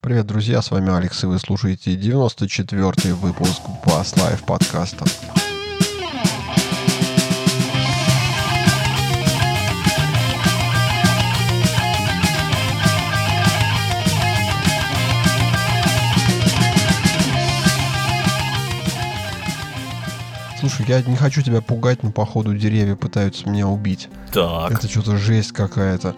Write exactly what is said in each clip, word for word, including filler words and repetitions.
Привет, друзья, с вами Алекс, и вы слушаете девяносто четвёртый выпуск Bass Live подкаста. Слушай, я не хочу тебя пугать, но походу деревья пытаются меня убить. Так. Это что-то жесть какая-то.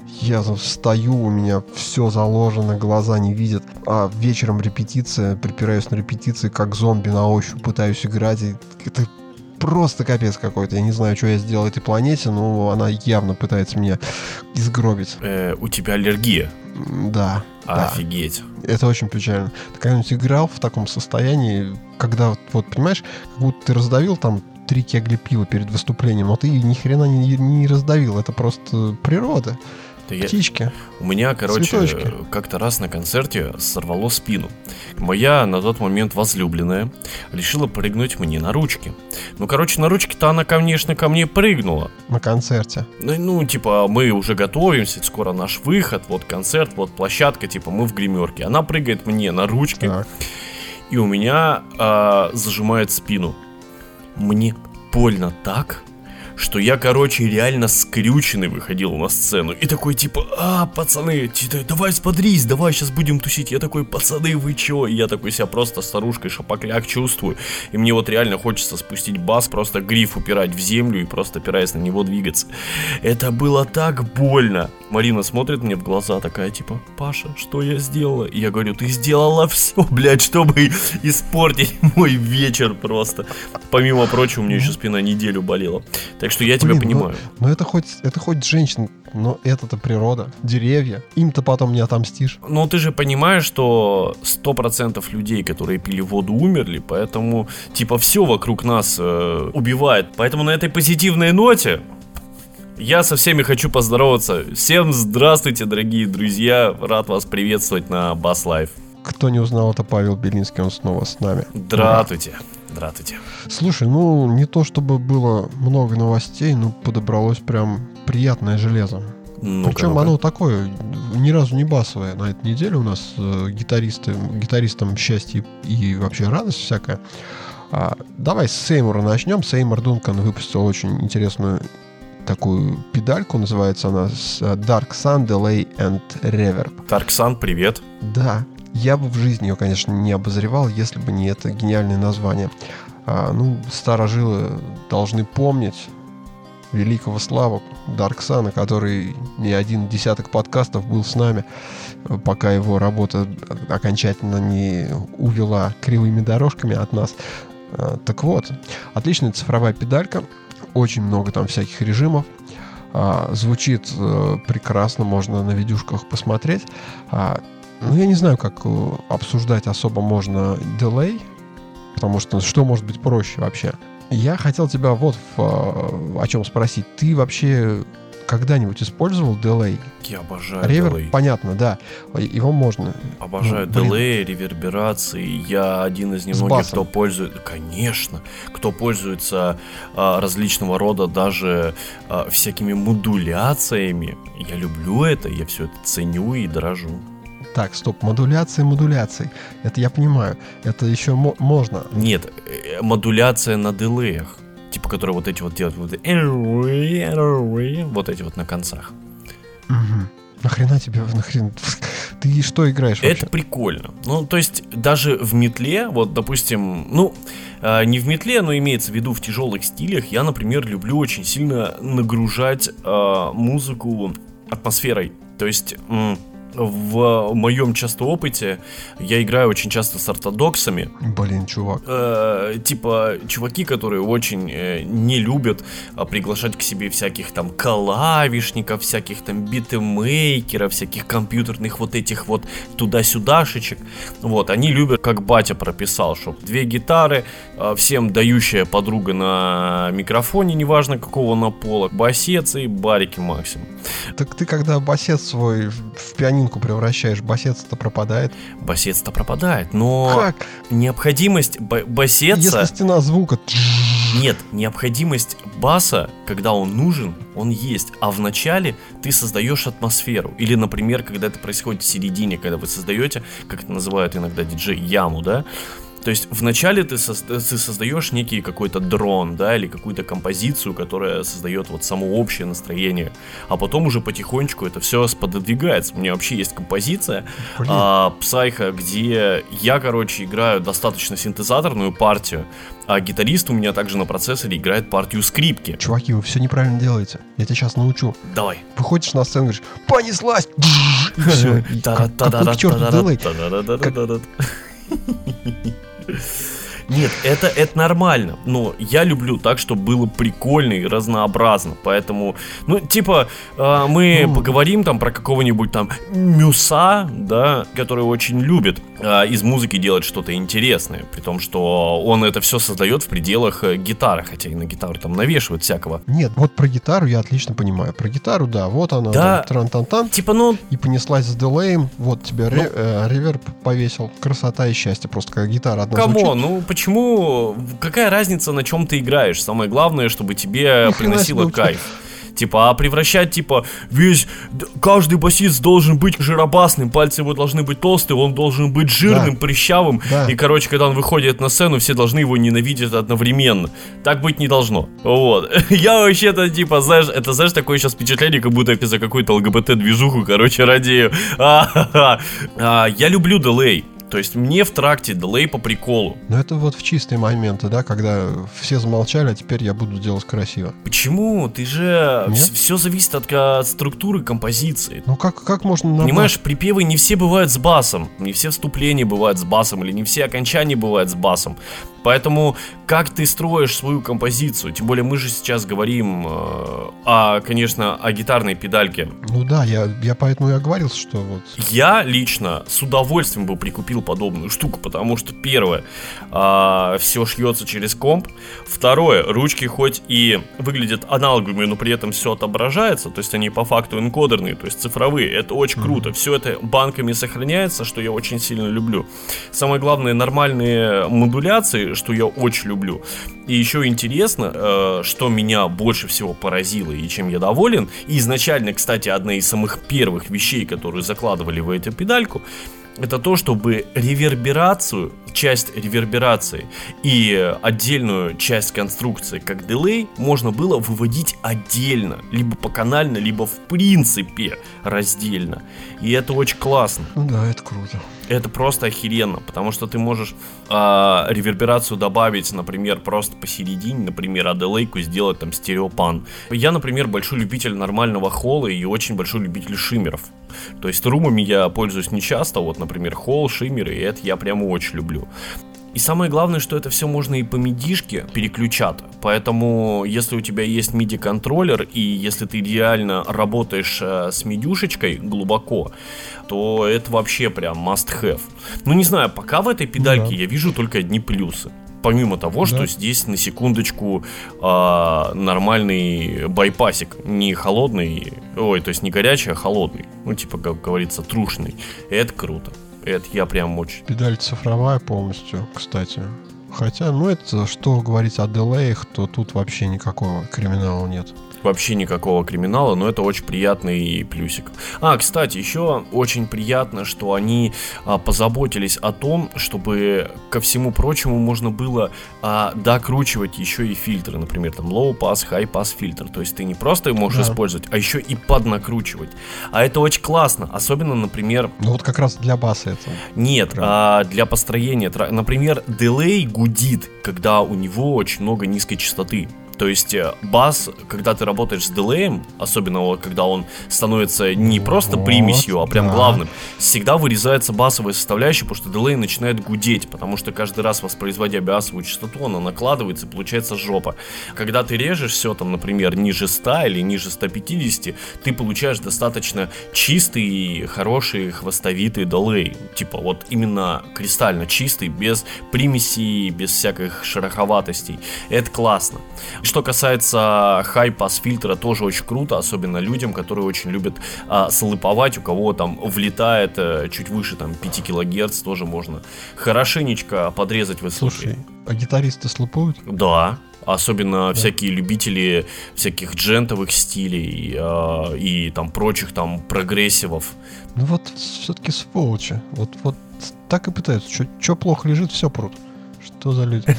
Я встаю, у меня все заложено, глаза не видят. А вечером репетиция, припираюсь на репетиции, как зомби на ощупь пытаюсь играть. И это просто капец какой-то. Я не знаю, что я сделал этой планете, но она явно пытается меня изгробить. Э, у тебя аллергия? Да. Офигеть. Да. Это очень печально. Ты когда-нибудь играл в таком состоянии, когда, вот, понимаешь, как будто ты раздавил там три кегли пива перед выступлением, но ты ни хрена не, не раздавил. Это просто природа. Да Птички. Я... У меня, короче, цветочки. Как-то раз на концерте сорвало спину. Моя на тот момент возлюбленная решила прыгнуть мне на ручки. Ну, короче, на ручки-то она, конечно, ко мне прыгнула. На концерте. Ну, ну, типа, мы уже готовимся, скоро наш выход, вот концерт, вот площадка, типа, мы в гримерке. Она прыгает мне на ручки, Так. и у меня э, зажимает спину. Мне больно так, что я, короче, реально скрюченный выходил на сцену. И такой, типа, а, пацаны, давай сподрись, давай сейчас будем тусить. Я такой, пацаны, вы чё? И я такой себя просто старушкой шапокляк чувствую. И мне вот реально хочется спустить бас, просто гриф упирать в землю и просто опираясь на него двигаться. Это было так больно. Марина смотрит мне в глаза, такая, типа, Паша, что я сделала? И я говорю, ты сделала все, блядь, чтобы испортить мой вечер просто. Помимо прочего, у меня еще спина неделю болела. Так что я Блин, тебя понимаю. Но, но это хоть это хоть женщина, но это-то природа, деревья. Им-то потом не отомстишь. Ну ты же понимаешь, что сто процентов людей, которые пили воду, умерли, поэтому типа все вокруг нас э, убивает. Поэтому на этой позитивной ноте я со всеми хочу поздороваться. Всем здравствуйте, дорогие друзья. Рад вас приветствовать на Bass Live. Кто не узнал, это Павел Белинский, он снова с нами. Здравствуйте. Здравствуйте. Слушай, ну не то чтобы было много новостей, но подобралось прям приятное железо. Ну-ка, Причем ну-ка. оно такое, ни разу не басовое. На этой неделе у нас э, гитаристы, гитаристам счастье и вообще радость всякая. А, давай с Сеймура начнем. Сеймур Дункан выпустил очень интересную такую педальку, называется она Dark Sun, Delay and Reverb. Dark Sun, привет. Да. Я бы в жизни ее, конечно, не обозревал, если бы не это гениальное название. А, ну, старожилы должны помнить великого славу Дарксана, который не один десяток подкастов был с нами, пока его работа окончательно не увела кривыми дорожками от нас. А, так вот, отличная цифровая педалька, очень много там всяких режимов. А, звучит а, прекрасно, можно на видюшках посмотреть. А, Ну, я не знаю, как обсуждать особо можно дилей, потому что что может быть проще вообще. Я хотел тебя вот в, о чем спросить. Ты вообще когда-нибудь использовал дилей? Я обожаю Реверб, дилей. понятно, да. Его можно. Обожаю Ну, блин. дилей, реверберации. Я один из немногих, кто пользуется... Конечно. Кто пользуется а, различного рода даже а, всякими модуляциями. Я люблю это, я все это ценю и дорожу. Так, стоп, модуляции, модуляции. Это я понимаю. Это еще мо- можно. Нет, э, модуляция на дилеях. Типа, которые вот эти вот делают. Вот, вот эти вот на концах. Угу. Нахрена тебе, нахрен... Ты что играешь вообще? Это прикольно. Ну, то есть, даже в метле, вот, допустим, ну, э, не в метле, но имеется в виду в тяжелых стилях, я, например, люблю очень сильно нагружать э, музыку атмосферой. То есть... М- В моем часто опыте я играю очень часто с ортодоксами. Блин, чувак. Э, типа чуваки, которые очень э, не любят э, приглашать к себе всяких там клавишников, всяких там битмейкеров, всяких компьютерных вот этих вот туда-сюдашечек. Вот, они любят, как батя прописал, что две гитары, э, всем дающая подруга на микрофоне, неважно какого напола, басец и барики максимум. Так ты когда басец свой в пианино превращаешь, басец-то пропадает. Басец-то пропадает, но как? Необходимость ба- басеца... Если стена звука Нет, необходимость баса, когда он нужен, он есть. А в начале ты создаешь атмосферу. Или, например, когда это происходит в середине, когда вы создаете, как это называют иногда диджей, яму, да? То есть вначале ты, со- ты создаешь некий какой-то дрон, да, или какую-то композицию, которая создает вот само общее настроение, а потом уже потихонечку это все сподвигается. У меня вообще есть композиция а, Psycho, где я, короче, играю достаточно синтезаторную партию, а гитарист у меня также на процессоре играет партию скрипки. Чуваки, вы все неправильно делаете. Я тебя сейчас научу. Давай. Выходишь на сцену и говоришь: понеслась! И все. Какой к черту дилей? Нет, это, это нормально, но я люблю так, чтобы было прикольно и разнообразно, поэтому, ну, типа, э, мы ну, поговорим там про какого-нибудь там Мюса, да, который очень любит э, из музыки делать что-то интересное, при том, что он это все создает в пределах э, гитары, хотя и на гитару там навешивает всякого. Нет, вот про гитару я отлично понимаю, про гитару, да, вот она, да, тран-тан-тан, типа, ну... и понеслась с дилеем, вот тебе ну, ре- э, реверб повесил, красота и счастье, просто как гитара одна звучит. Камон, ну, почему, какая разница, на чем ты играешь? Самое главное, чтобы тебе Ни приносило кайф. Типа, а превращать, типа, весь, каждый басист должен быть жиробасным, пальцы его должны быть толстые, он должен быть жирным, да. прыщавым. Да. И, короче, когда он выходит на сцену, все должны его ненавидеть одновременно. Так быть не должно. Вот. Я вообще-то, типа, знаешь, это, знаешь, такое сейчас впечатление, как будто я за какую-то ЛГБТ-движуху, короче, радею. А, я люблю дилей. То есть мне в тракте дилей по приколу. Но это вот в чистые моменты, да, когда все замолчали, а теперь я буду делать красиво. Почему? Ты же... В- все зависит от, от структуры композиции. Ну как, как можно... На Понимаешь, припевы не все бывают с басом. Не все вступления бывают с басом. Или не все окончания бывают с басом. Поэтому как ты строишь свою композицию? Тем более мы же сейчас говорим, э, о, конечно, о гитарной педальке. Ну да, я, я поэтому и оговорился, что вот... Я лично с удовольствием бы прикупил подобную штуку, потому что, первое, э, все шьется через комп. Второе, ручки хоть и выглядят аналоговыми, но при этом все отображается. То есть они по факту энкодерные, то есть цифровые. Это очень mm-hmm. круто. Все это банками сохраняется, что я очень сильно люблю. Самое главное, нормальные модуляции, что я очень люблю. И еще интересно, э, что меня больше всего поразило и чем я доволен. И изначально, кстати, одна из самых первых вещей, которые закладывали в эту педальку, это то, чтобы реверберацию, часть реверберации и отдельную часть конструкции, как дилей, можно было выводить отдельно, либо поканально, либо в принципе раздельно. И это очень классно. Да, это круто. Это просто охеренно, потому что ты можешь э, реверберацию добавить, например, просто посередине, например, а дилейку сделать там стереопан. Я, например, большой любитель нормального холла и очень большой любитель шиммеров. То есть румами я пользуюсь не часто, вот, например, холл, шиммеры, и это я прямо очень люблю. И самое главное, что это все можно и по мидишке переключать. Поэтому, если у тебя есть миди-контроллер, и если ты реально работаешь э, с мидюшечкой глубоко, то это вообще прям must have. Ну, не знаю, пока в этой педальке да. я вижу только одни плюсы. Помимо того, да. что здесь, на секундочку, э, нормальный байпасик. Не холодный, ой, то есть не горячий, а холодный. Ну, типа, как говорится, трушный. Это круто. Это я прям очень... Педаль цифровая полностью, кстати. Хотя, ну это, что говорить о дилеях, то тут вообще никакого криминала нет. Вообще никакого криминала, но это очень приятный плюсик. А, кстати, еще очень приятно, что они а, позаботились о том, чтобы ко всему прочему можно было а, докручивать еще и фильтры. Например, там low pass, high pass фильтр. То есть ты не просто можешь да. использовать, а еще и поднакручивать. А это очень классно. Особенно, например... Ну вот как раз для баса это. Нет, а, для построения. Например, дилей гудит, когда у него очень много низкой частоты. То есть бас, когда ты работаешь с дилеем, особенно когда он становится не просто примесью, а прям да. главным, всегда вырезается басовая составляющая, потому что дилей начинает гудеть, потому что каждый раз, воспроизводя басовую частоту, она накладывается и получается жопа. Когда ты режешь все там, например, ниже ста или ниже ста пятидесяти, ты получаешь достаточно чистый и хороший хвостовитый дилей. Типа вот именно кристально чистый, без примесей, без всяких шероховатостей. Это классно. Что касается хай-пас фильтра, тоже очень круто, особенно людям, которые очень любят а, слыповать, у кого там влетает а, чуть выше там пять килогерц, тоже можно хорошенечко подрезать высоты. Слушай, а гитаристы слыпуют? Да. Особенно да. всякие любители всяких джентовых стилей э, и там прочих там прогрессивов. Ну вот все-таки сволочи. Вот, вот так и пытаются. Что плохо лежит, все прут. Что за люди?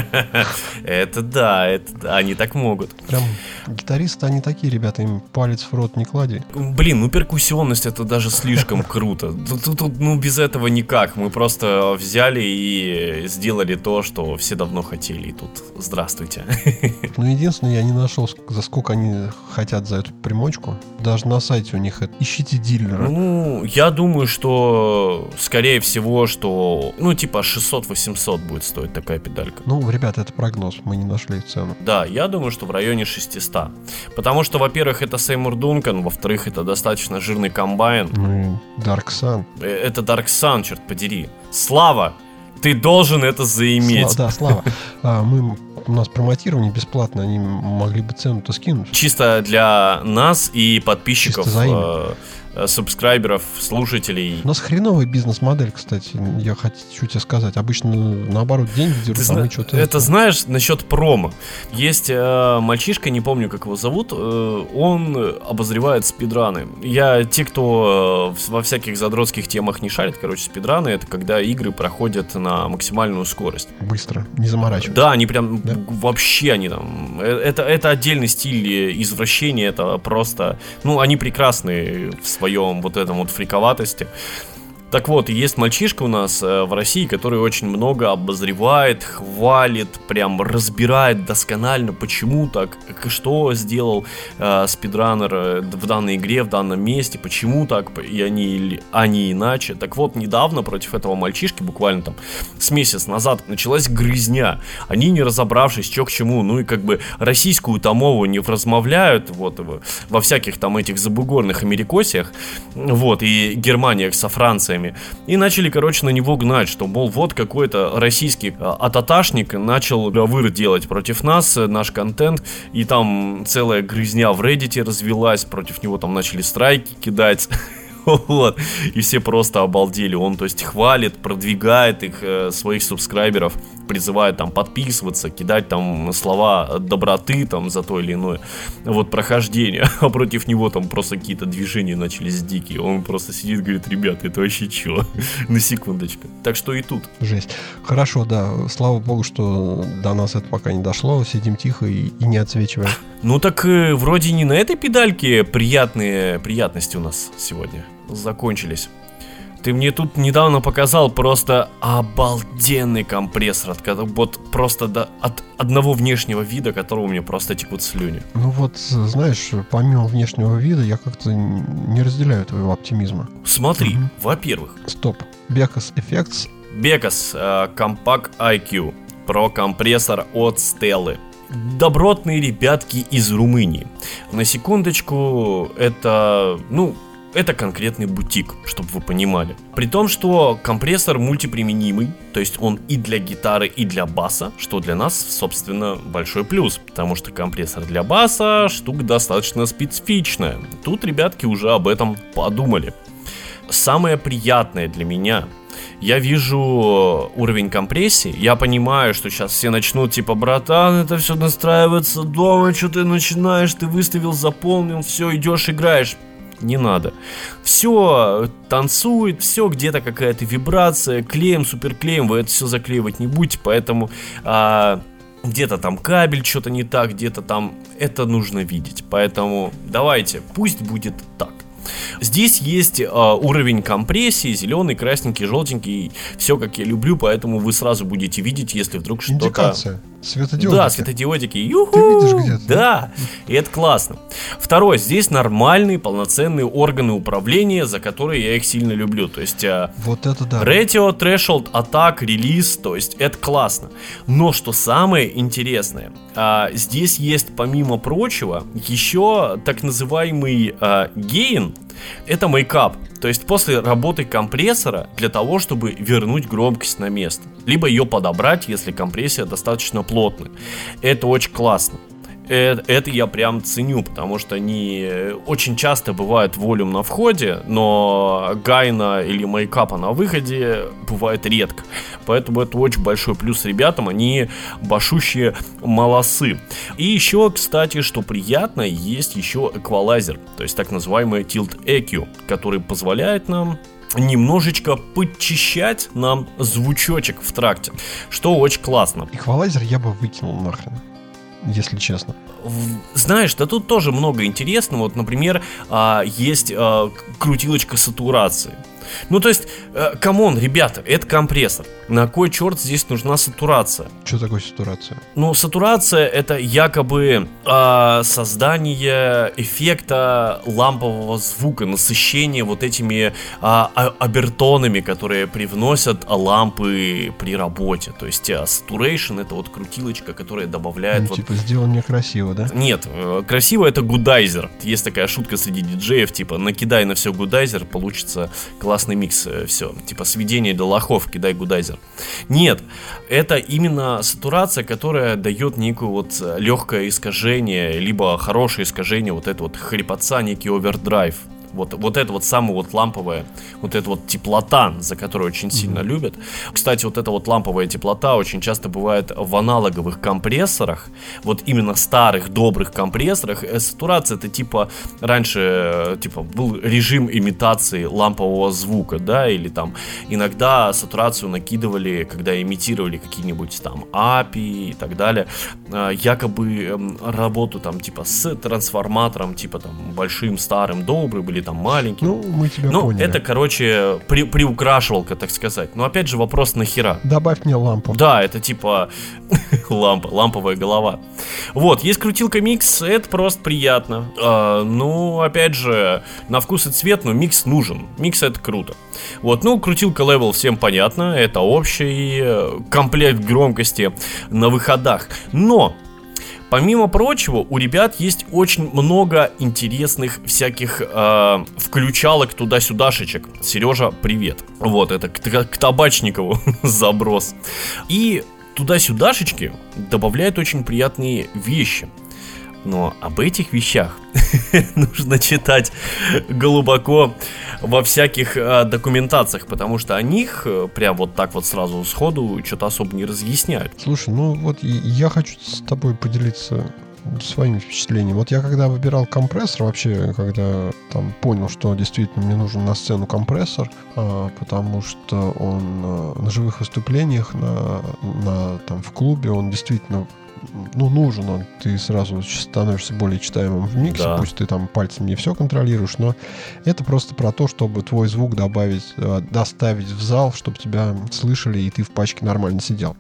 Это да, это они так могут. Прям гитаристы, они такие ребята, им палец в рот не клади. Блин, ну перкуссионность это даже слишком круто. Тут, тут, ну без этого никак. Мы просто взяли и сделали то, что все давно хотели. И тут здравствуйте. Ну единственное, я не нашел, за сколько они хотят за эту примочку. Даже на сайте у них это. Ищите дилера. Ну, я думаю, что скорее всего, что ну типа шестьсот-восемьсот будет стоить такая педалька. Ну, ребята, это прогноз, мы не нашли цену. Да, я думаю, что в районе шестисот. Потому что, во-первых, это Сеймур Дункан, во-вторых, это достаточно жирный комбайн. Ну и Dark Sun. Это Dark Sun, черт подери. Слава! Ты должен это заиметь. Сла- да, Слава. А, мы, у нас промотирование бесплатно, они могли бы цену-то скинуть. Чисто для нас и подписчиков. Чисто за имя. Субскрайберов, слушателей. У нас хреновая бизнес-модель, кстати, я хочу тебе сказать. Обычно, наоборот, деньги дерут, а мы что-то... Это, это знаешь, насчет промо. Есть э, мальчишка, не помню, как его зовут, э, он обозревает спидраны. Я, те, кто э, во всяких задротских темах не шарит, короче, спидраны, это когда игры проходят на максимальную скорость. Быстро, не заморачивайся. Да, они прям, да? вообще, они там... Это, это отдельный стиль извращения, это просто... Ну, они прекрасны в своем вот этом вот фриковатости. Так вот, есть мальчишка у нас э, в России, который очень много обозревает, хвалит, прям разбирает досконально, почему так, что сделал э, спидранер в данной игре, в данном месте, почему так, и они, а не иначе. Так вот, недавно против этого мальчишки, буквально там с месяц назад, началась грызня. Они, не разобравшись, что к чему, ну и как бы российскую томову не размовляют, вот, во всяких там этих забугорных америкосиях, вот, и Германиях со Францией. И начали, короче, на него гнать, что, мол, вот какой-то российский ататашник начал выр делать против нас, наш контент, и там целая грызня в Reddit развелась, против него там начали страйки кидать. Вот. И все просто обалдели. Он, то есть, хвалит, продвигает их, э, своих субскрайберов, призывает там подписываться, кидать там слова доброты там за то или иное вот прохождение. А против него там просто какие-то движения начались дикие. Он просто сидит и говорит: ребята, это вообще чё? На секундочку. Так что и тут. Жесть. Хорошо, да. Слава богу, что до нас это пока не дошло. Сидим тихо и, и не отсвечиваем. Ну так э, вроде не на этой педальке приятные приятности у нас сегодня закончились. Ты мне тут недавно показал просто обалденный компрессор, от, вот просто до, от одного внешнего вида, которого у меня просто текут слюни. Ну вот, знаешь, помимо внешнего вида, я как-то не разделяю твоего оптимизма. Смотри, угу. Во-первых... Стоп. Becos Effects. Becos uh, Compact ай кью. Про компрессор от Stella. Добротные ребятки из Румынии. На секундочку, это, ну, это конкретный бутик, чтобы вы понимали. При том, что компрессор мультиприменимый, то есть он и для гитары, и для баса, что для нас, собственно, большой плюс, потому что компрессор для баса штука достаточно специфичная. Тут ребятки уже об этом подумали. Самое приятное для меня: я вижу уровень компрессии, я понимаю, что сейчас все начнут типа: братан, это все настраивается дома, что ты начинаешь, ты выставил, заполнил, все, идешь, играешь. Не надо. Все танцует, все где-то какая-то вибрация, клеем, суперклеем, вы это все заклеивать не будете, поэтому а, где-то там кабель что-то не так, где-то там это нужно видеть. Поэтому давайте, пусть будет так. Здесь есть э, уровень компрессии, зеленый, красненький, желтенький, все как я люблю, поэтому вы сразу будете видеть, если вдруг что-то... Индикация, светодиодики. Да, светодиодики, юху, ты видишь где-то. Да, и это классно. Второе, здесь нормальные, полноценные органы управления, за которые я их сильно люблю, то есть... Э, вот это да. Ratio, threshold, attack, релиз, то есть это классно. Но что самое интересное, э, здесь есть, помимо прочего, еще так называемый э, gain, Это мейкап, то есть после работы компрессора для того, чтобы вернуть громкость на место, либо ее подобрать, если компрессия достаточно плотная. Это очень классно. Это я прям ценю, потому что они очень часто бывают волюм на входе, но гайна или мейкапа на выходе бывает редко. Поэтому это очень большой плюс ребятам, они башущие молодцы. И еще, кстати, что приятно, есть еще эквалайзер, то есть так называемый Tilt и кью, который позволяет нам немножечко подчищать нам звучочек в тракте, что очень классно. Эквалайзер я бы выкинул нахрен, если честно. Знаешь, да тут тоже много интересного. Вот, например, есть крутилочка сатурации. Ну, то есть, камон, ребята, это компрессор. На кой черт здесь нужна сатурация? Что такое сатурация? Ну, сатурация — это якобы э, создание эффекта лампового звука, насыщение вот этими э, обертонами, которые привносят лампы при работе. То есть, э, saturation — это вот крутилочка, которая добавляет... Ну, вот... типа, сделай мне красиво, да? Нет, э, красиво — это гудайзер. Есть такая шутка среди диджеев, типа, накидай на все гудайзер, получится классный микс, все, типа сведение для лохов, кидай гудайзер. Нет, это именно сатурация, которая дает некое вот легкое искажение, либо хорошее искажение, вот это вот хрипотца, некий овердрайв. Вот, вот это вот самое вот ламповое, вот эта вот теплота, за которую очень сильно mm-hmm. любят. Кстати, вот эта вот ламповая теплота очень часто бывает в аналоговых компрессорах, вот именно старых добрых компрессорах. Сатурация — это типа раньше типа был режим имитации лампового звука, да, или там иногда сатурацию накидывали, когда имитировали какие-нибудь там эй пи ай и так далее, якобы работу там типа с трансформатором, типа там большим, старым, добрым, или там маленький. Ну, мы тебя ну, поняли. Это, короче, при, приукрашивалка, так сказать. Но опять же вопрос нахера. Добавь мне лампу. Да, это типа лампа, ламповая голова. Вот, есть крутилка микс, это просто приятно. А, ну, опять же, на вкус и цвет, но микс нужен. Микс — это круто. Вот, ну, крутилка левел всем понятно, это общий комплект громкости на выходах. Но помимо прочего, у ребят есть очень много интересных всяких э, включалок туда-сюдашечек. Сережа, привет. Вот, это к, к табачникову заброс. И туда-сюдашечки добавляют очень приятные вещи. Но об этих вещах нужно читать глубоко во всяких э, документациях, потому что о них э, прям вот так вот сразу сходу что-то особо не разъясняют. Слушай, ну вот я хочу с тобой поделиться своим впечатлением. Вот я когда выбирал компрессор, вообще, когда там понял, что действительно мне нужен на сцену компрессор, а, потому что он а, на живых выступлениях, на, на, там, в клубе, он действительно ну, нужен он, ты сразу становишься более читаемым в миксе, да. Пусть ты там пальцем не все контролируешь, но это просто про то, чтобы твой звук добавить, доставить в зал, чтобы тебя слышали, и ты в пачке нормально сидел.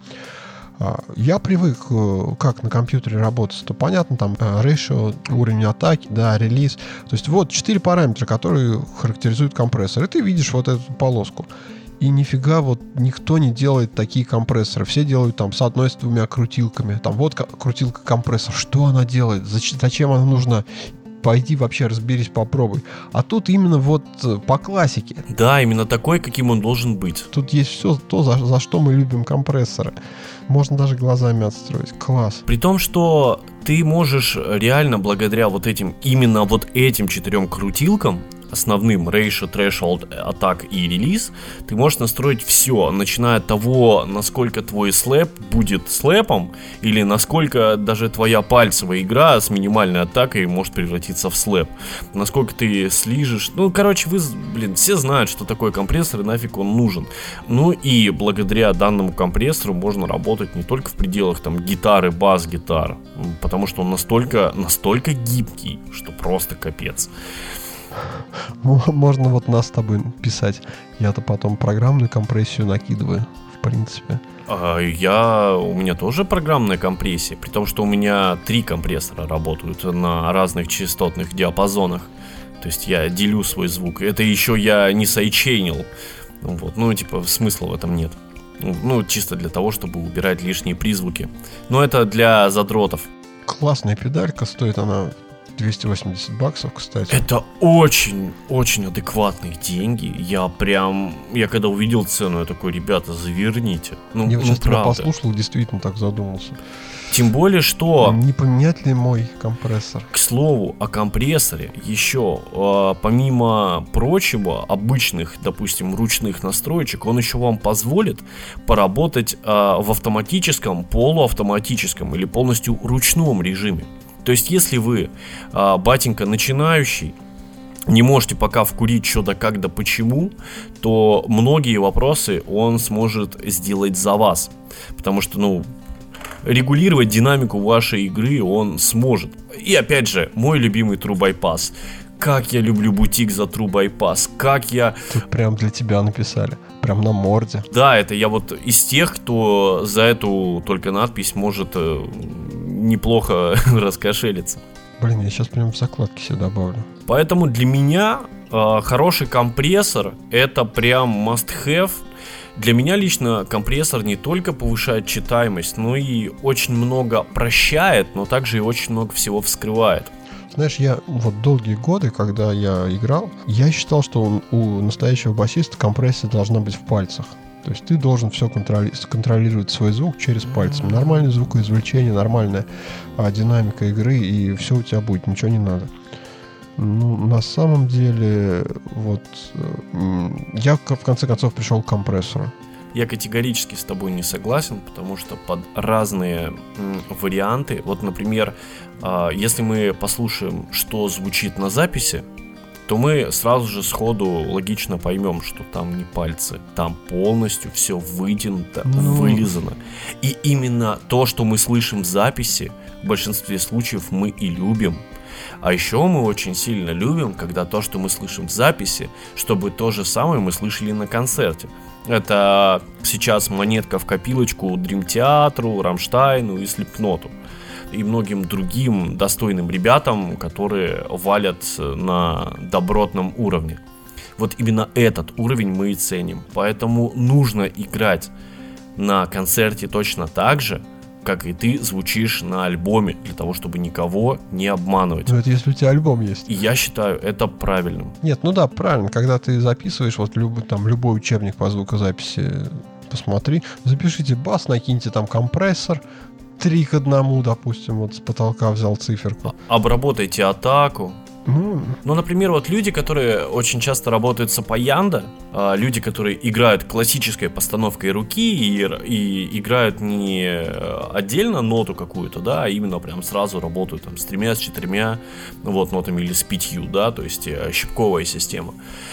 Я привык, как на компьютере работать, то понятно, там ratio, уровень атаки, да, релиз. То есть вот четыре параметра, которые характеризуют компрессор, и ты видишь вот эту полоску. И нифига вот никто не делает такие компрессоры. Все делают там с одной, с двумя крутилками. Там вот крутилка компрессор. Что она делает? Зачем она нужна? Пойди вообще разберись, попробуй. А тут именно вот по классике. Да, именно такой, каким он должен быть. Тут есть все то, за, за что мы любим компрессоры. Можно даже глазами отстроить. Класс. При том, что ты можешь реально благодаря вот этим, именно вот этим четырем крутилкам, основным ratio, threshold, атак и релиз, ты можешь настроить все, начиная от того, насколько твой слэп будет слэпом, или насколько даже твоя пальцевая игра с минимальной атакой может превратиться в слэп, насколько ты слижешь. Ну, короче, вы, блин, все знают, что такое компрессор и нафиг он нужен. Ну и благодаря данному компрессору можно работать не только в пределах там гитары, бас-гитар, потому что он настолько, настолько гибкий, что просто капец. Можно вот нас с тобой писать. Я-то потом программную компрессию накидываю, в принципе. А я... У меня тоже программная компрессия, при том, что у меня три компрессора работают на разных частотных диапазонах. То есть я делю свой звук. Это еще я не сайдчейнил. Вот. Ну, типа, смысла в этом нет. Ну, чисто для того, чтобы убирать лишние призвуки. Но это для задротов. Классная педалька, стоит она двести восемьдесят баксов, кстати. Это очень-очень адекватные деньги. Я прям... Я когда увидел цену, я такой, ребята, заверните. Ну, я ну, сейчас тебя правда. послушал, действительно так задумался. Тем более, что... Не поменять ли мой компрессор? К слову, о компрессоре еще, э, помимо прочего, обычных, допустим, ручных настроечек, он еще вам позволит поработать э, в автоматическом, полуавтоматическом или полностью ручном режиме. То есть, если вы, э, батенька, начинающий, не можете пока вкурить что да как да почему, то многие вопросы он сможет сделать за вас. Потому что, ну... регулировать динамику вашей игры он сможет. И опять же, мой любимый True Bypass. Как я люблю бутик за True Bypass. Как я... Тут прям для тебя написали. Прям на морде. Да, это я вот из тех, кто за эту только надпись может э, неплохо раскошелиться. Блин, я сейчас прям в закладки себе добавлю. Поэтому для меня э, хороший компрессор это прям must have. Для меня лично компрессор не только повышает читаемость, но и очень много прощает, но также и очень много всего вскрывает. Знаешь, я вот долгие годы, когда я играл, я считал, что у настоящего басиста компрессия должна быть в пальцах. То есть ты должен все контроли- контролировать свой звук через пальцы. Нормальное звукоизвлечение, нормальная а, динамика игры, и все у тебя будет, ничего не надо. Ну, на самом деле, вот, я в конце концов пришел к компрессору. Я категорически с тобой не согласен, потому что под разные м, варианты, вот, например, э, если мы послушаем, что звучит на записи, то мы сразу же сходу логично поймем, что там не пальцы, там полностью все вытянуто, ну... вылизано. И именно то, что мы слышим в записи, в большинстве случаев мы и любим. А еще мы очень сильно любим, когда то, что мы слышим в записи, чтобы то же самое мы слышали на концерте. Это сейчас монетка в копилочку Dream Theater, Рамштайну и Слипкноту. И многим другим достойным ребятам, которые валят на добротном уровне. Вот именно этот уровень мы и ценим. Поэтому нужно играть на концерте точно так же, как и ты звучишь на альбоме, для того, чтобы никого не обманывать. Ну, это если у тебя альбом есть. И я считаю это правильным. Нет, ну да, правильно. Когда ты записываешь, вот любой, там, любой учебник по звукозаписи, посмотри, запишите бас, накиньте там компрессор, три к одному, допустим, вот с потолка взял циферку. Обработайте атаку. Ну, Ну, например, вот люди, которые очень часто работают с аппаянда, люди, которые играют классической постановкой руки и, и играют не отдельно ноту какую-то, да, а именно прям сразу работают там с тремя, с четырьмя вот, нотами или с пятью, да, то есть щипковая система.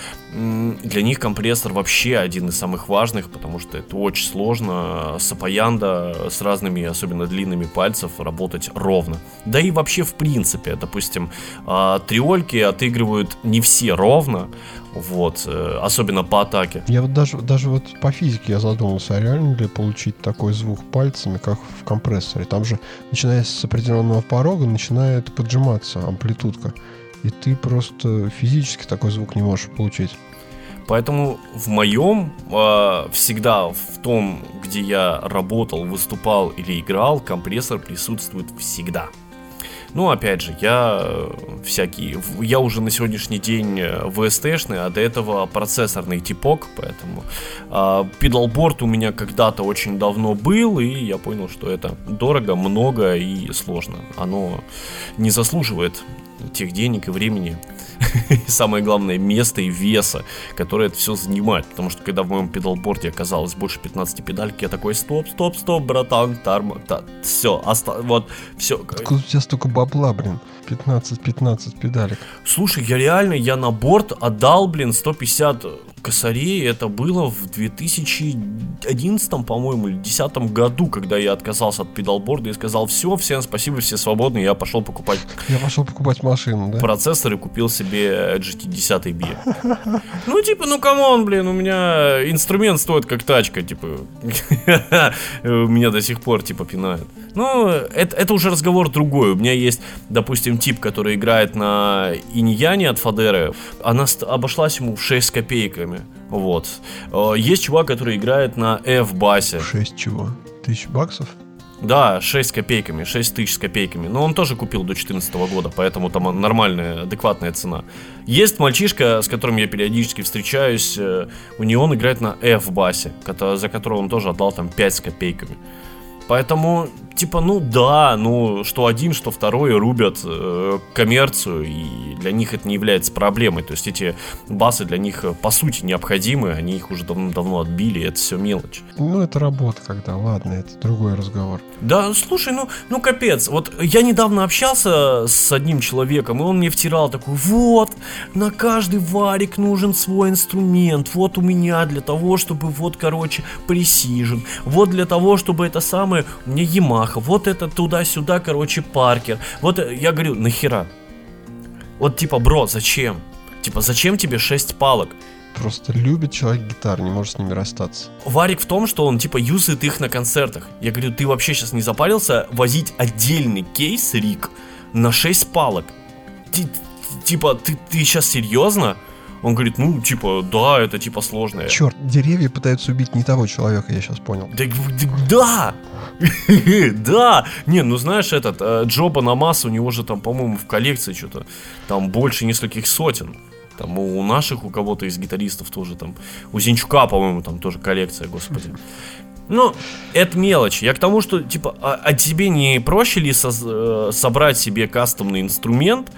Для них компрессор вообще один из самых важных, потому что это очень сложно с аппаянда, с разными, особенно длинными пальцев, работать ровно. Да и вообще в принципе, допустим, триольки отыгрывают не все ровно, вот, особенно по атаке. Я вот даже, даже вот по физике я задумался, а реально ли получить такой звук пальцами, как в компрессоре? Там же, начиная с определенного порога, начинает поджиматься амплитудка. И ты просто физически такой звук не можешь получить. Поэтому в моем, э, всегда в том, где я работал, выступал или играл, компрессор присутствует всегда. Ну, опять же, я э, всякие, я уже на сегодняшний день ви эс ти-шный, а до этого процессорный типок, поэтому э, педалборд у меня когда-то очень давно был, и я понял, что это дорого, много и сложно. Оно не заслуживает тех денег и времени, и самое главное, места и веса, которое это все занимает. Потому что когда в моем педалборде оказалось больше пятнадцати педалек, я такой: стоп, стоп, стоп, братан, тарма, та, все, оста- вот, все. Откуда у тебя столько бабла, блин? пятнадцать-пятнадцать педалек. Слушай, я реально, я на борт отдал, блин, сто пятьдесят косарей. Это было в две тысячи одиннадцатом, по-моему, или две тысячи десятом году, когда я отказался от педалборда и сказал: все, всем спасибо, все свободны. Я пошел покупать Я пошел покупать машину, да? процессор и купил себе джи ти десять би. Ну, типа, ну, камон, блин, у меня инструмент стоит как тачка, типа. Меня до сих пор, типа, пинают. Ну, это, это уже разговор другой. У меня есть, допустим, тип, который играет на Иньяне от Фадеры. Она обошлась ему в шесть с копейками. Вот. Есть чувак, который играет на F-басе. шесть чего? Тысяч баксов? Да, шесть с копейками, шесть тысяч с копейками. Но он тоже купил до две тысячи четырнадцатого года, поэтому там нормальная, адекватная цена. Есть мальчишка, с которым я периодически встречаюсь, у него он играет на F-басе, за которого он тоже отдал там пять с копейками. Поэтому, типа, ну да, ну что один, что второй рубят э, коммерцию, и для них это не является проблемой. То есть эти басы для них по сути необходимы, они их уже давно-давно отбили, это все мелочь. Ну это работа когда, ладно, это другой разговор. Да, слушай, ну, ну капец, вот я недавно общался с одним человеком, и он мне втирал такой: вот, на каждый варик нужен свой инструмент, вот у меня для того, чтобы, вот, короче, Precision, вот для того, чтобы это самое, у меня Yamaha, вот это туда-сюда, короче, Паркер. Вот я говорю, нахера? Вот типа, бро, зачем? Типа, зачем тебе шесть палок? Просто любит человек гитар, не может с ними расстаться. Варик в том, что он типа юзает их на концертах. Я говорю, ты вообще сейчас не запарился возить отдельный кейс риг на шесть палок? Ти- Типа, ты, ты сейчас серьезно? Он говорит, ну, типа, да, это типа сложное. Черт, деревья пытаются убить не того человека, я сейчас понял. Да, да, да. Не, ну знаешь, этот Джо Бонамасс, у него же там, по-моему, в коллекции что-то там больше нескольких сотен. Там у наших, у кого-то из гитаристов тоже там, у Зинчука, по-моему, там тоже коллекция, господи. Ну, это мелочь. Я к тому, что, типа, а, а тебе не проще ли со- собрать себе кастомный инструмент,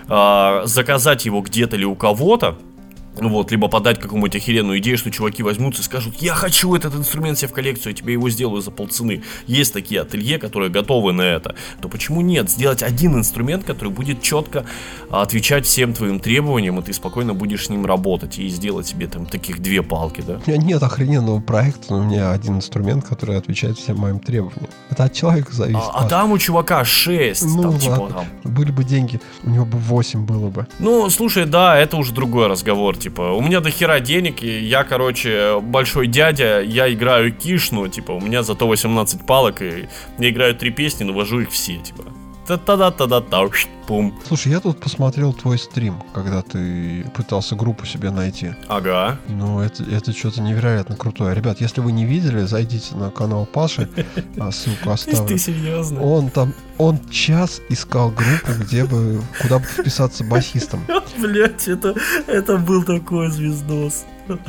а, заказать его где-то или у кого-то, вот, либо подать какую-нибудь охеренную идею, что чуваки возьмутся и скажут: я хочу этот инструмент себе в коллекцию, я тебе его сделаю за полцены. Есть такие ателье, которые готовы на это. То почему нет? Сделать один инструмент, который будет четко отвечать всем твоим требованиям, и ты спокойно будешь с ним работать, и сделать себе там таких две палки, да? У меня нет охрененного проекта, но у меня один инструмент, который отвечает всем моим требованиям. Это от человека зависит. А, а там у чувака шесть, ну, там, типа, ладно. там. Были бы деньги, у него бы восемь было бы. Ну, слушай, да, это уже другой разговор. Типа, у меня до хера денег, и я, короче, большой дядя, я играю кишну, типа, у меня зато восемнадцать палок, и я играю три песни, но вожу их все, типа. Та-та-да-та-да-та, пум. Слушай, я тут посмотрел твой стрим, когда ты пытался группу себе найти. Ага. Ну, это, это что-то невероятно крутое. Ребят, если вы не видели, зайдите на канал Паши, ссылку оставлю. Ты серьезно? Он там, он час искал группу, где бы, куда бы вписаться басистом. Блять, это, это был такой звездос.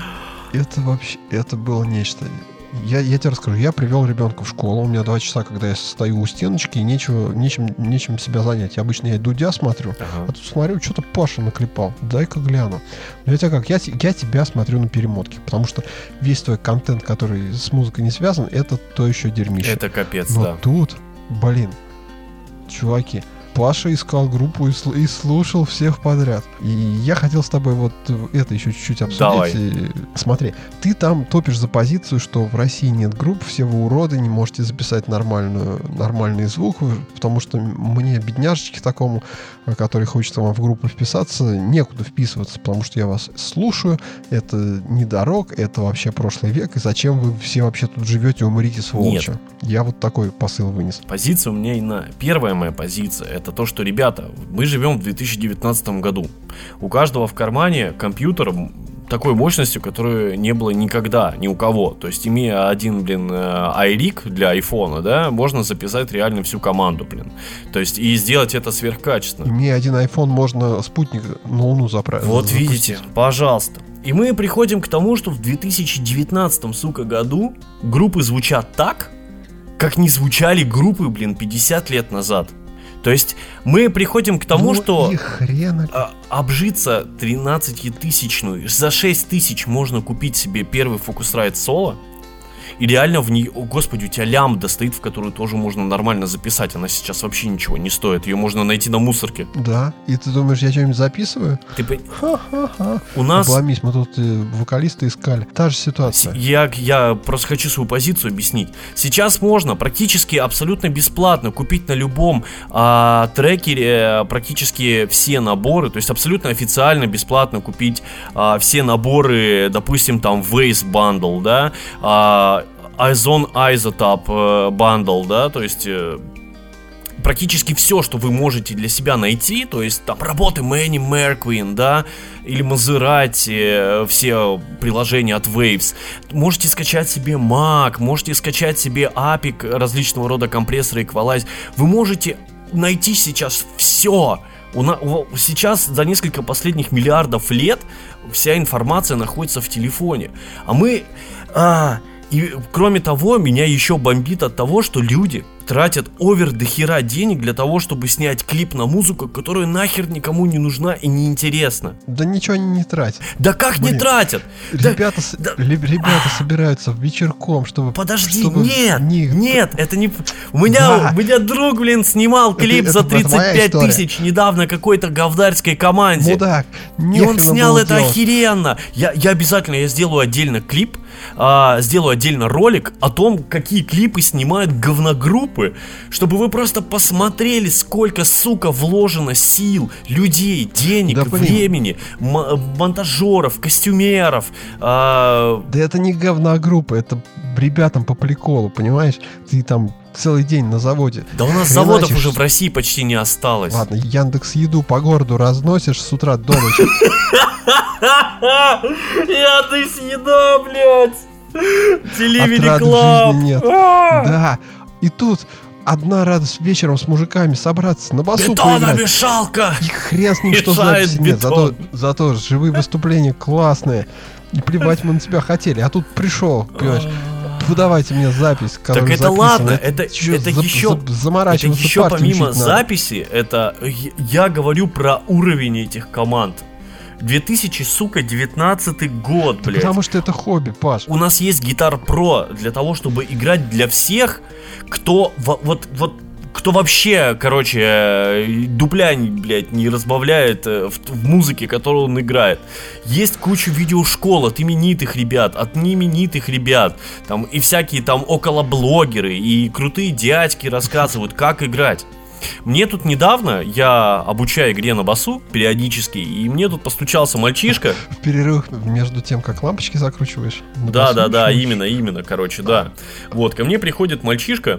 Это вообще, это было нечто. Я, я тебе расскажу, я привел ребенка в школу, у меня два часа, когда я стою у стеночки, и нечего, нечем, нечем себя занять. Обычно я Дудя смотрю, ага. А тут смотрю, что-то Паша наклепал, дай-ка гляну. Но я тебя как, я, я тебя смотрю на перемотке, потому что весь твой контент, который с музыкой не связан, это то еще дерьмище. Это капец, но да. Тут, блин, чуваки, Паша искал группу и, сл- и слушал всех подряд. И я хотел с тобой вот это еще чуть-чуть обсудить. Давай. И, смотри, ты там топишь за позицию, что в России нет групп, все вы уроды, не можете записать нормальную, нормальный звук, потому что мне, бедняжечке такому, который хочет вам в группу вписаться, некуда вписываться, потому что я вас слушаю, это не дорог, это вообще прошлый век, и зачем вы все вообще тут живете, умрите сволочи. Нет. Я вот такой посыл вынес. Позиция у меня иная. Первая моя позиция — это то, что, ребята, мы живем в две тысячи девятнадцатом году. У каждого в кармане компьютер такой мощностью, которой не было никогда, ни у кого. То есть, имея один, блин, iRig для айфона, да, можно записать реально всю команду, блин. То есть, и сделать это сверхкачественно. Имея один iPhone, можно спутник на Луну заправить. Вот видите, пожалуйста. И мы приходим к тому, что в две тысячи девятнадцатом, сука, году группы звучат так, как не звучали группы, блин, пятьдесят лет назад. То есть мы приходим к тому, ну, что хрена... а, обжиться тринадцатитысячную, за шесть тысяч можно купить себе первый Focusrite Solo. И реально в ней, о господи, у тебя лямбда стоит, в которую тоже можно нормально записать. Она сейчас вообще ничего не стоит. Ее можно найти на мусорке. Да, и ты думаешь, я что-нибудь записываю? Ты... Ха-ха-ха. У нас... Обломись, мы тут э, вокалисты искали. Та же ситуация. Я, я просто хочу свою позицию объяснить. Сейчас можно практически абсолютно бесплатно купить на любом а, трекере практически все наборы. То есть абсолютно официально бесплатно купить а, все наборы, допустим, там Waze Bundle, да, а, Ozone Isotope Bundle, да, то есть э, практически все, что вы можете для себя найти, то есть там работы Мэнни Мерквин, да, или Мазерати, все приложения от Waves. Можете скачать себе Mac, можете скачать себе эй пи ай, различного рода компрессоры, эквалайз. Вы можете найти сейчас все. У на, у, сейчас за несколько последних миллиардов лет вся информация находится в телефоне. А мы... А, и кроме того, меня еще бомбит от того, что люди тратят овер до хера денег для того, чтобы снять клип на музыку, которая нахер никому не нужна и не интересна. Да ничего они не тратят. Да как Блин, не тратят? Ребята, да, да, ребята собираются вечерком, чтобы... Подожди, чтобы нет, них... нет, это не... У меня, да. у меня друг, блин, снимал клип это, за тридцать пять тысяч недавно какой-то говнарской команде. Мудак, и он снял это делать. охеренно. Я, я обязательно, я сделаю отдельно клип, а, сделаю отдельно ролик о том, какие клипы снимают говногруппы, чтобы вы просто посмотрели, сколько, сука, вложено сил, людей, денег, да, времени, м- монтажеров, костюмеров. А... Да это не говногруппа, это ребятам по приколу, понимаешь? Ты там целый день на заводе. Да у нас заводов уже в России почти не осталось. Ладно, Яндекс.Еду по городу разносишь с утра до ночи. Яндекс.Еда, блядь! Телевизор нет. Да. И тут одна радость вечером с мужиками собраться, на басу поиграть. Бетономешалка! И хрен с ним, что записи нет. Зато, зато живые выступления классные. И плевать мы на тебя хотели. А тут пришел, понимаешь, выдавайте мне запись, которая записана. Так это ладно, это, это еще, это еще помимо записи, это я говорю про уровень этих команд. две тысячи девятнадцатый год, блядь. Потому что это хобби, Паш. У нас есть Guitar Pro для того, чтобы играть для всех, кто вот, вот, кто вообще, короче, дупля, блядь, не разбавляет в, в музыке, которую он играет. Есть куча видеошкол от именитых ребят, от неименитых ребят, там, и всякие там околоблогеры, и крутые дядьки рассказывают, как играть. Мне тут недавно, я обучаю игре на басу периодически, и мне тут постучался мальчишка. В перерыв между тем, как лампочки закручиваешь? Да, да, да, именно, именно, короче, да. Вот, ко мне приходит мальчишка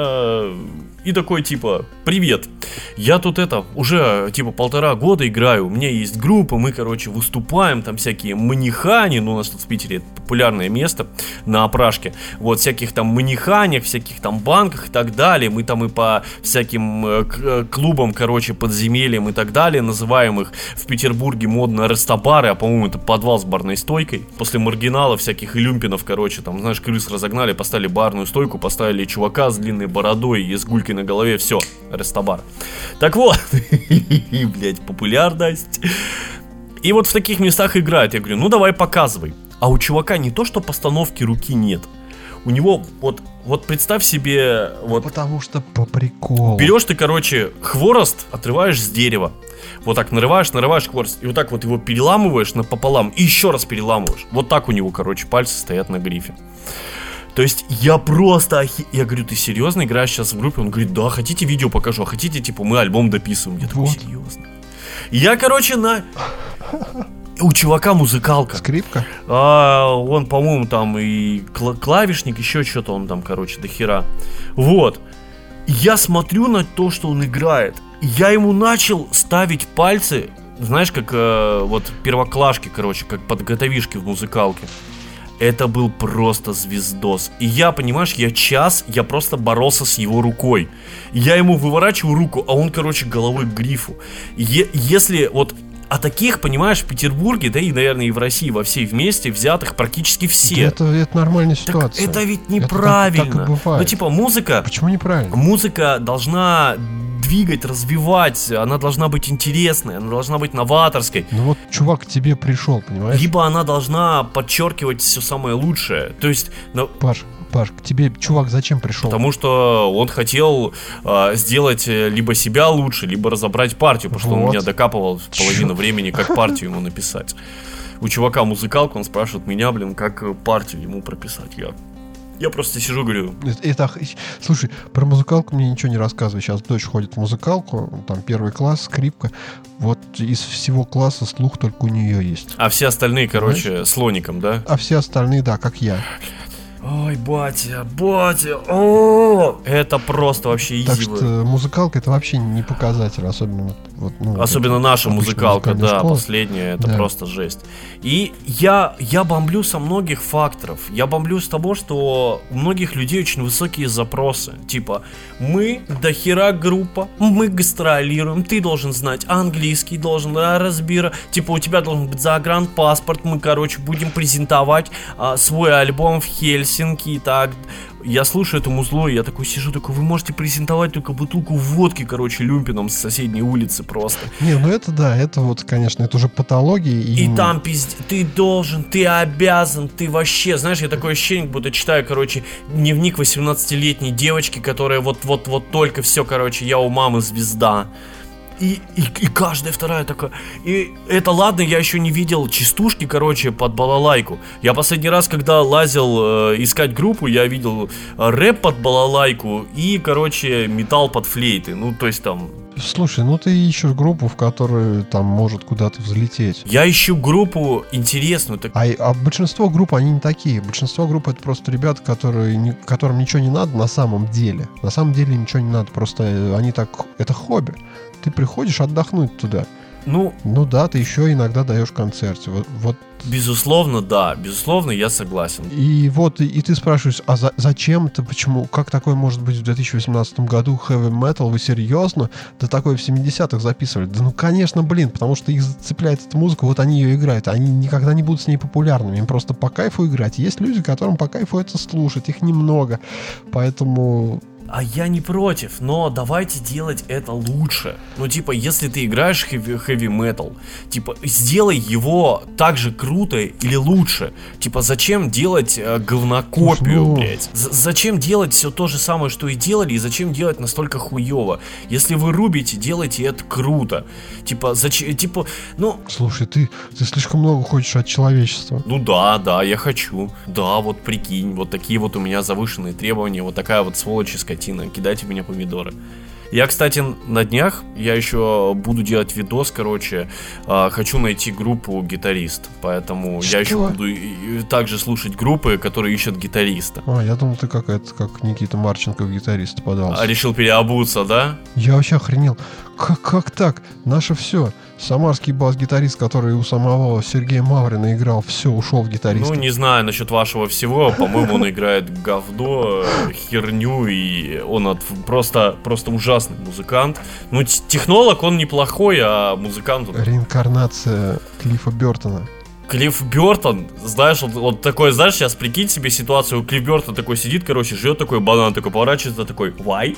и такой, типа, привет, я тут это, уже, типа, полтора года играю, у меня есть группа, мы, короче, выступаем, там всякие манихани, ну, у нас тут в Питере это популярное место на опрашке, вот, всяких там маниханях, всяких там банках и так далее, мы там и по всяким э, клубам, короче, подземельям и так далее, называем их в Петербурге модно рестобары, а, по-моему, это подвал с барной стойкой, после маргинала всяких и люмпинов, короче, там, знаешь, крыс разогнали, поставили барную стойку, поставили чувака с длинной бородой и с гулькой на голове, все, рестобар. Так вот, блять, популярность. И вот в таких местах играют. Я говорю, ну давай показывай. А у чувака не то, что постановки руки нет. У него вот, вот представь себе, вот. Потому что по приколу. Берешь ты, короче, хворост, отрываешь с дерева. Вот так нарываешь, нарываешь хворост. И вот так вот его переламываешь напополам. И еще раз переламываешь. Вот так у него, короче, пальцы стоят на грифе. То есть я просто охи... Я говорю, ты серьезно играешь сейчас в группе? Он говорит, да, хотите видео покажу, а хотите, типа, мы альбом дописываем. Я такой, вот. Серьезно? И я, короче, на... У чувака музыкалка. Скрипка? А, он, по-моему, там и кла- клавишник, еще что-то он там, короче, до хера. Вот. И я смотрю на то, что он играет. И я ему начал ставить пальцы, знаешь, как э, вот первоклашки, короче, как подготовишки в музыкалке. Это был просто звездос. И я, понимаешь, я час, я просто боролся с его рукой. Я ему выворачиваю руку, а он, короче, головой к грифу. Е- если вот... А таких, понимаешь, в Петербурге, да и, наверное, и в России, во всей вместе взятых практически все. Да это, это нормальная ситуация. Так это ведь неправильно. Это так, так и бывает. Ну, типа, музыка... Почему неправильно? Музыка должна двигать, развивать, она должна быть интересной, она должна быть новаторской. Ну вот чувак к тебе пришел, понимаешь? Либо она должна подчеркивать все самое лучшее. То есть... Ну... Паш, Паш, к тебе чувак зачем пришел? Потому что он хотел э, сделать либо себя лучше, либо разобрать партию, потому вот. Что он меня докапывал половину Чё? времени, как партию ему написать. У чувака музыкалка, он спрашивает меня, блин, как партию ему прописать. Я, я просто сижу, говорю... Это, слушай, про музыкалку мне ничего не рассказывай. Сейчас дочь ходит в музыкалку, там первый класс, скрипка. Вот из всего класса слух только у нее есть. А все остальные, короче, Знаешь? слоником, да? А все остальные, да, как я. Ой, батя, батя, о, это просто вообще изи. Так что музыкалка это вообще не показатель, особенно вот, ну, особенно вот, наша музыкалка, да, школы. Последняя, это Да. просто жесть. И я, я бомблю со многих факторов. Я бомблю с того, что у многих людей очень высокие запросы. Типа, мы дохера группа, мы гастролируем, ты должен знать английский, должен да, разбира. Типа, у тебя должен быть загранпаспорт, мы, короче, будем презентовать а, свой альбом в Хельсинки и так. Я слушаю это музло, и я такой сижу, такой, вы можете презентовать только бутылку водки, короче, люмпином с соседней улицы просто. Не, ну это да, это вот, конечно, это уже патология. И, И там пиздец, ты должен, ты обязан, ты вообще, знаешь, я такое ощущение, будто читаю, короче, дневник восемнадцатилетней девочки, которая вот-вот-вот только все, короче, я у мамы звезда. И, и, и каждая вторая такая. И это ладно, я еще не видел частушки, короче, под балалайку. Я последний раз, когда лазил э, искать группу, я видел э, рэп под балалайку и, короче, металл под флейты. Ну, то есть там... Слушай, ну ты ищешь группу, в которой там может куда-то взлететь. Я ищу группу интересную. Так... А, а большинство групп, они не такие. Большинство групп это просто ребята, которые, не, которым ничего не надо на самом деле. На самом деле ничего не надо, просто они так... Это хобби. Ты приходишь отдохнуть туда. Ну, ну да, ты еще иногда даешь концерты. Вот, вот. Безусловно, да, безусловно, я согласен. И вот, и, и ты спрашиваешь, а за, зачем это, почему, как такое может быть в две тысячи восемнадцатом году heavy metal, вы серьезно? Да такое в семидесятых записывали. Да ну конечно, блин, потому что их зацепляет эта музыка, вот они ее играют, они никогда не будут с ней популярными, им просто по кайфу играть. Есть люди, которым по кайфу это слушать, их немного, поэтому... А я не против, но давайте делать это лучше. Ну, типа, если ты играешь heavy, heavy metal, типа, сделай его так же круто или лучше. Типа, зачем делать э, говнокопию, ну... блядь? З- зачем делать все то же самое, что и делали, и зачем делать настолько хуево? Если вы рубите, делайте это круто. Типа, зачем, типа, ну... Слушай, ты, ты слишком много хочешь от человечества. Ну да, да, я хочу. Да, вот прикинь, вот такие вот у меня завышенные требования, вот такая вот сволочь скотина. Кидайте в меня помидоры. Я, кстати, на днях, я еще буду делать видос, короче, э, хочу найти группу гитарист, поэтому Что? я еще буду и, и также слушать группы, которые ищут гитариста. А, я думал, ты какая-то, как Никита Марченко в гитариста подался. А решил переобуться, да? Я вообще охренел. Как, как так? Наше все. Самарский бас-гитарист, который у самого Сергея Маврина играл, все, ушел в гитариста. Ну, не знаю насчет вашего всего. По-моему, он играет говно, херню, и он от... просто, просто ужасный музыкант. Ну, технолог он неплохой, а музыкант... Он... Реинкарнация Клиффа Бёртона. Клифф Бёртон, знаешь, вот, вот такой, знаешь, сейчас прикинь себе ситуацию, Клифф Бёртон такой сидит, короче, жрет такой банан, такой поворачивается, такой, why?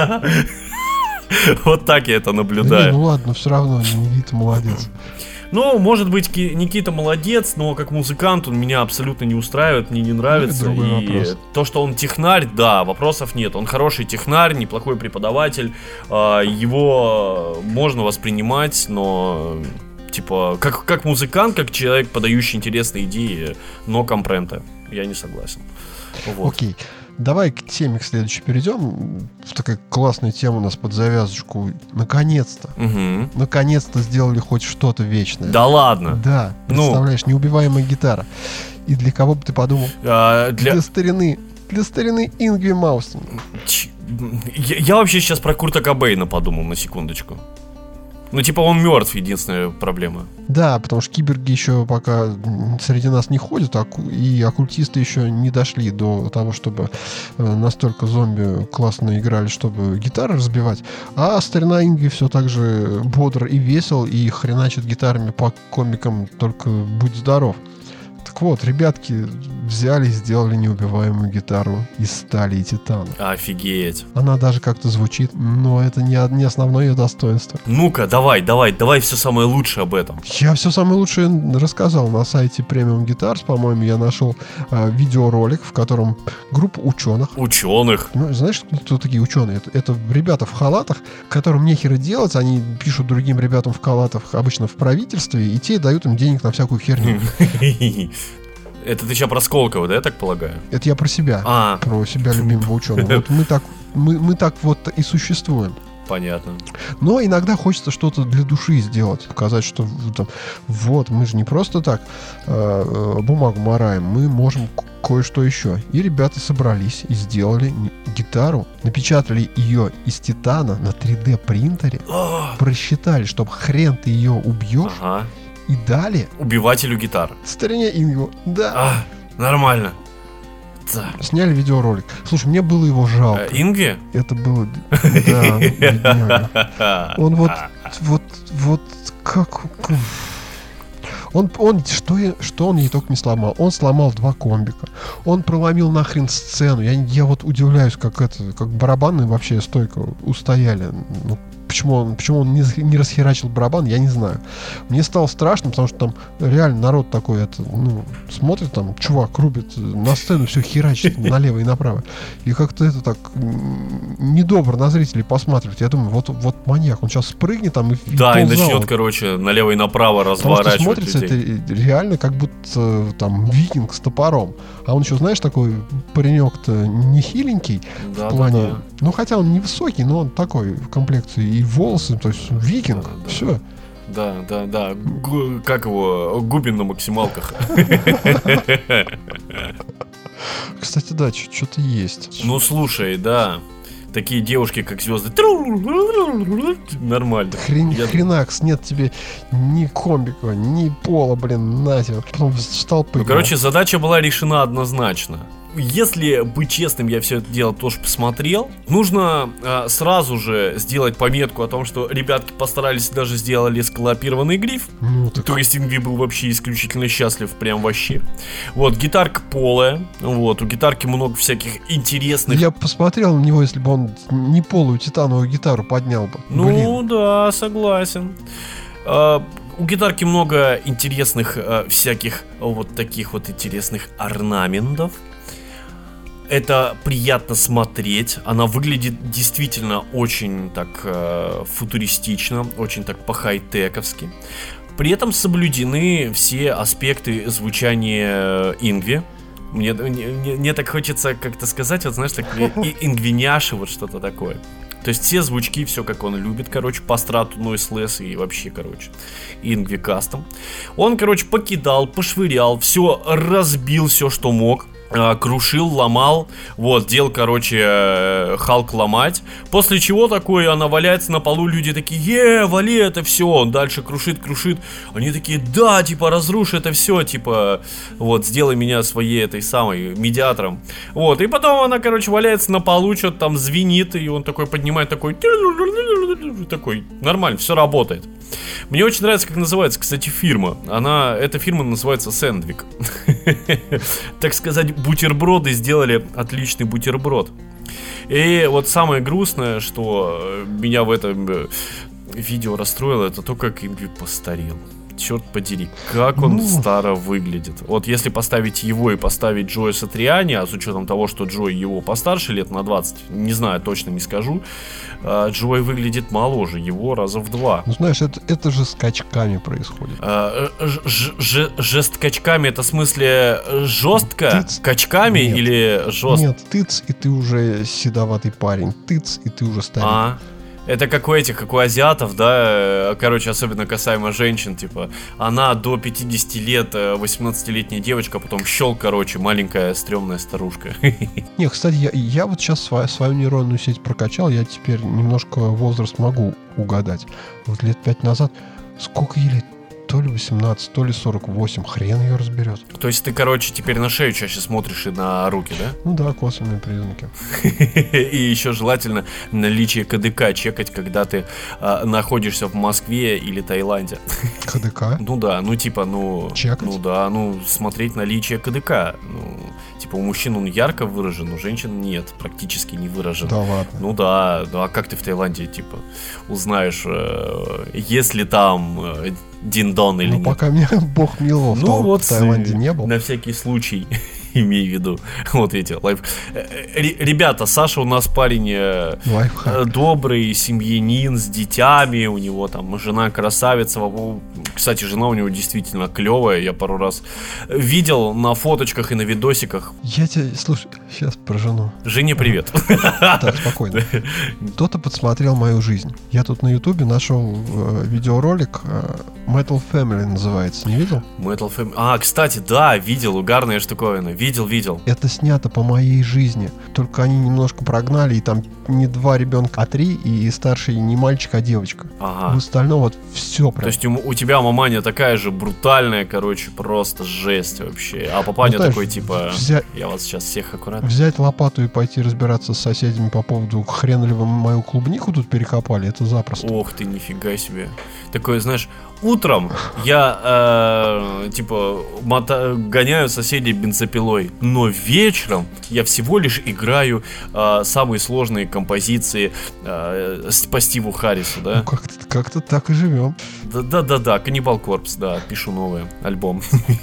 Вот так я это наблюдаю. Да не, ну ладно, все равно Никита молодец. Ну, может быть, Никита молодец, но как музыкант он меня абсолютно не устраивает, мне не нравится. Ну, и вопрос. То, что он технарь, да, вопросов нет. Он хороший технарь, неплохой преподаватель. Его можно воспринимать, но... Типа, как, как музыкант, как человек, подающий интересные идеи, но компрента. Я не согласен. Вот. Окей. Давай к теме к следующей перейдем. Такая классная тема у нас под завязочку. Наконец-то. Угу. Наконец-то сделали хоть что-то вечное. Да ладно. Да. Представляешь, ну... неубиваемая гитара. И для кого бы ты подумал? А, для... для старины. Для старины Ингви Маустин. Я, я вообще сейчас про Курта Кобейна подумал на секундочку. Ну, типа, он мертв, единственная проблема. Да, потому что киберги еще пока среди нас не ходят, и оккультисты еще не дошли до того, чтобы настолько зомби классно играли, чтобы гитары разбивать. А старина Ингви все так же бодр и весел, и хреначит гитарами по комикам, только будь здоров. Так вот, ребятки взяли и сделали неубиваемую гитару из стали и титана. Офигеть. Она даже как-то звучит, но это не, не основное ее достоинство. Ну-ка, давай, давай, давай все самое лучшее об этом. Я все самое лучшее рассказал. На сайте Premium Guitars, по-моему, я нашел э, видеоролик, в котором группа ученых. Ученых? Ну, знаешь, кто такие ученые? Это, это ребята в халатах, которым нехера делать. Они пишут другим ребятам в халатах, обычно в правительстве, и те дают им денег на всякую херню. Это ты сейчас про Сколково, да, я так полагаю? Это я про себя. А. Про себя любимого ученого. Вот мы так, мы, мы так вот и существуем. Понятно. Но иногда хочется что-то для души сделать. Показать, что там, вот, мы же не просто так э, бумагу мараем, мы можем кое-что еще. И ребята собрались и сделали гитару, напечатали ее из титана на три дэ принтере, просчитали, чтобы хрен ты ее убьешь, ага. и дали убивателю гитар. Старине Ингву. Да. А, нормально. Да. Сняли видеоролик. Слушай, мне было его жалко. А, Ингви? Это было... Да, бедняга. Он вот... Вот... Вот... Как... Он, он, что, что он ей только не сломал? Он сломал два комбика. Он проломил нахрен сцену. Я, я вот удивляюсь, как это, как барабаны вообще стойко устояли. Ну, почему он, почему он не, не расхерачил барабан, я не знаю. Мне стало страшно, потому что там реально народ такой, это, ну, смотрит, там, чувак рубит на сцену, все херачит налево и направо. И как-то это так недобро на зрителей посматривать. Я думаю, вот, вот маньяк, он сейчас спрыгнет там и да, и начнет, короче, налево и направо разворачивать. Потому что смотрится людей. Это реально как будто там викинг с топором. А он еще, знаешь, такой паренек-то не хиленький да, в плане... Да, да. Ну, хотя он невысокий, но он такой в комплекции. И волосы, то есть викинг, да, все. Да. Да, да, да. Гу- как его? Губин на максималках. Кстати, да, что-то есть. Ну, слушай, да. Такие девушки, как звезды. Нормально. Хрен, Я... Хренакс, нет тебе ни комбика, ни пола, блин, на тебе. Потом встал по. Ну, короче, задача была решена однозначно. Если быть честным, я все это дело тоже посмотрел. Нужно э, сразу же сделать пометку о том, что ребятки постарались, даже сделали сколлапированный гриф. Ну, так... То есть Ингви был вообще исключительно счастлив, прям вообще. Вот, гитарка полая. Вот, у гитарки много всяких интересных. Я посмотрел на него, если бы он не полую титановую гитару поднял бы. Ну, блин. Да, согласен. Э, У гитарки много интересных э, всяких вот таких вот интересных орнаментов. Это приятно смотреть. Она выглядит действительно очень так э, футуристично, очень так по-хай-тековски. При этом соблюдены все аспекты звучания Ингви. Мне, мне, мне так хочется как-то сказать, вот знаешь, так ингвиняши, вот что-то такое. То есть все звучки, все как он любит, короче, по страту Noiseless и вообще, короче, Ингви кастом. Он, короче, покидал, пошвырял, все разбил, все, что мог. Крушил, ломал, вот, делал, короче, Халк ломать. После чего такое, она валяется на полу, люди такие, е, вали это все. Он дальше крушит, крушит. Они такие, да, типа, разрушь это все, типа, вот, сделай меня своей этой самой медиатором. Вот, и потом она, короче, валяется на полу, что-то там звенит, и он такой поднимает, такой, такой, нормально, все работает. Мне очень нравится, как называется, кстати, фирма. Она, эта фирма называется Сэндвик. Так сказать, бутерброды сделали отличный бутерброд. И вот самое грустное, что меня в этом видео расстроило, это то, как Ингви постарел. Черт подери, как он ну... старо выглядит. Вот если поставить его и поставить Джоя Сатриани, а с учетом того, что Джой его постарше лет на двадцать, не знаю, точно не скажу, Джой выглядит моложе, его раза в два. Ну знаешь, это, это же с качками происходит. А, ж, ж, жест качками, это в смысле жестко? Тыц. Качками нет. Или жестко? Нет, тыц, и ты уже седоватый парень. Тыц, и ты уже старик. А. Это как у этих, как у азиатов, да, короче, особенно касаемо женщин, типа, она до пятидесяти лет, восемнадцатилетняя девочка, потом щелк, короче, маленькая стрёмная старушка. Не, кстати, я, я вот сейчас свою, свою нейронную сеть прокачал, я теперь немножко возраст могу угадать. Вот лет пять назад, сколько ей лет? То ли восемнадцать, то ли сорок восемь, хрен ее разберет. То есть ты, короче, теперь на шею чаще смотришь и на руки, да? Ну да, косвенные признаки. И еще желательно наличие КДК чекать, когда ты а, находишься в Москве или Таиланде. КДК? Ну да, ну типа, ну... Чекать? Ну да, ну смотреть наличие КДК. Ну, типа у мужчин он ярко выражен, у женщин нет, практически не выражен. Да ладно? Ну да, ну а как ты в Таиланде, типа, узнаешь, э, если там... Э, Дин-дон или ну, нет. Пока меня Бог миловал, ну, в, вот в Таиланде не был. На всякий случай. имей в виду. Вот эти лайф... Ребята, Саша у нас парень Лайфхак. Добрый, семьянин с детьми, у него там жена красавица. Кстати, жена у него действительно клевая, я пару раз видел на фоточках и на видосиках. Я тебя, слушай, сейчас про жену. Жене привет. Так, спокойно. Кто-то подсмотрел мою жизнь. Я тут на ютубе нашел э, видеоролик, э, Metal Family называется, не видел? Metal Family. А, кстати, да, видел, угарная штуковина. Видел, видел. Это снято по моей жизни. Только они немножко прогнали, и там не два ребенка, а три, и старший не мальчик, а девочка. Ага. В остальном вот все прям. То есть у, у тебя маманя такая же брутальная, короче, просто жесть вообще. А папаня ну, такой, типа, взять, я вас сейчас всех аккуратно. Взять лопату и пойти разбираться с соседями по поводу, хрен ли вы мою клубнику тут перекопали, это запросто. Ох ты, нифига себе. Такое, знаешь, утром я, э, типа, мота- гоняю соседей бензопилой, но вечером я всего лишь играю э, самые сложные композиции э, по Стиву Харрису, да? Ну, как-то, как-то так и живем. Да-да-да, Cannibal Corpse, да, пишу новый альбом.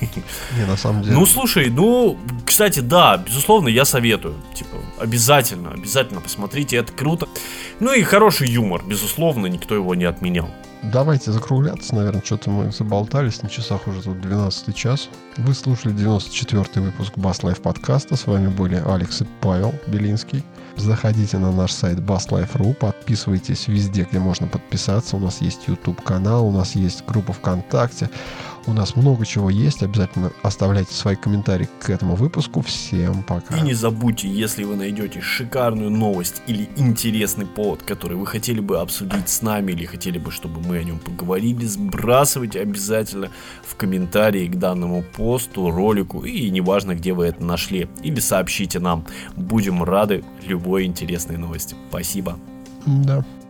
Не, на самом деле. Ну, слушай, ну, кстати, да, безусловно, я советую. Типа, обязательно, обязательно посмотрите, это круто. Ну и хороший юмор, безусловно, никто его не отменял. Давайте закругляться, наверное, что-то мы заболтались, на часах уже тут двенадцатый час. Вы слушали девяносто четвёртый выпуск Bass Life подкаста, с вами были Алекс и Павел Белинский. Заходите на наш сайт bass life точка ру, подписывайтесь везде, где можно подписаться. У нас есть YouTube-канал, у нас есть группа ВКонтакте, у нас много чего есть. Обязательно оставляйте свои комментарии к этому выпуску. Всем пока. И не забудьте, если вы найдете шикарную новость или интересный повод, который вы хотели бы обсудить с нами, или хотели бы, чтобы мы о нем поговорили, сбрасывайте обязательно в комментарии к данному посту, ролику, и неважно, где вы это нашли. Или сообщите нам. Будем рады любой интересной новости. Спасибо. Да.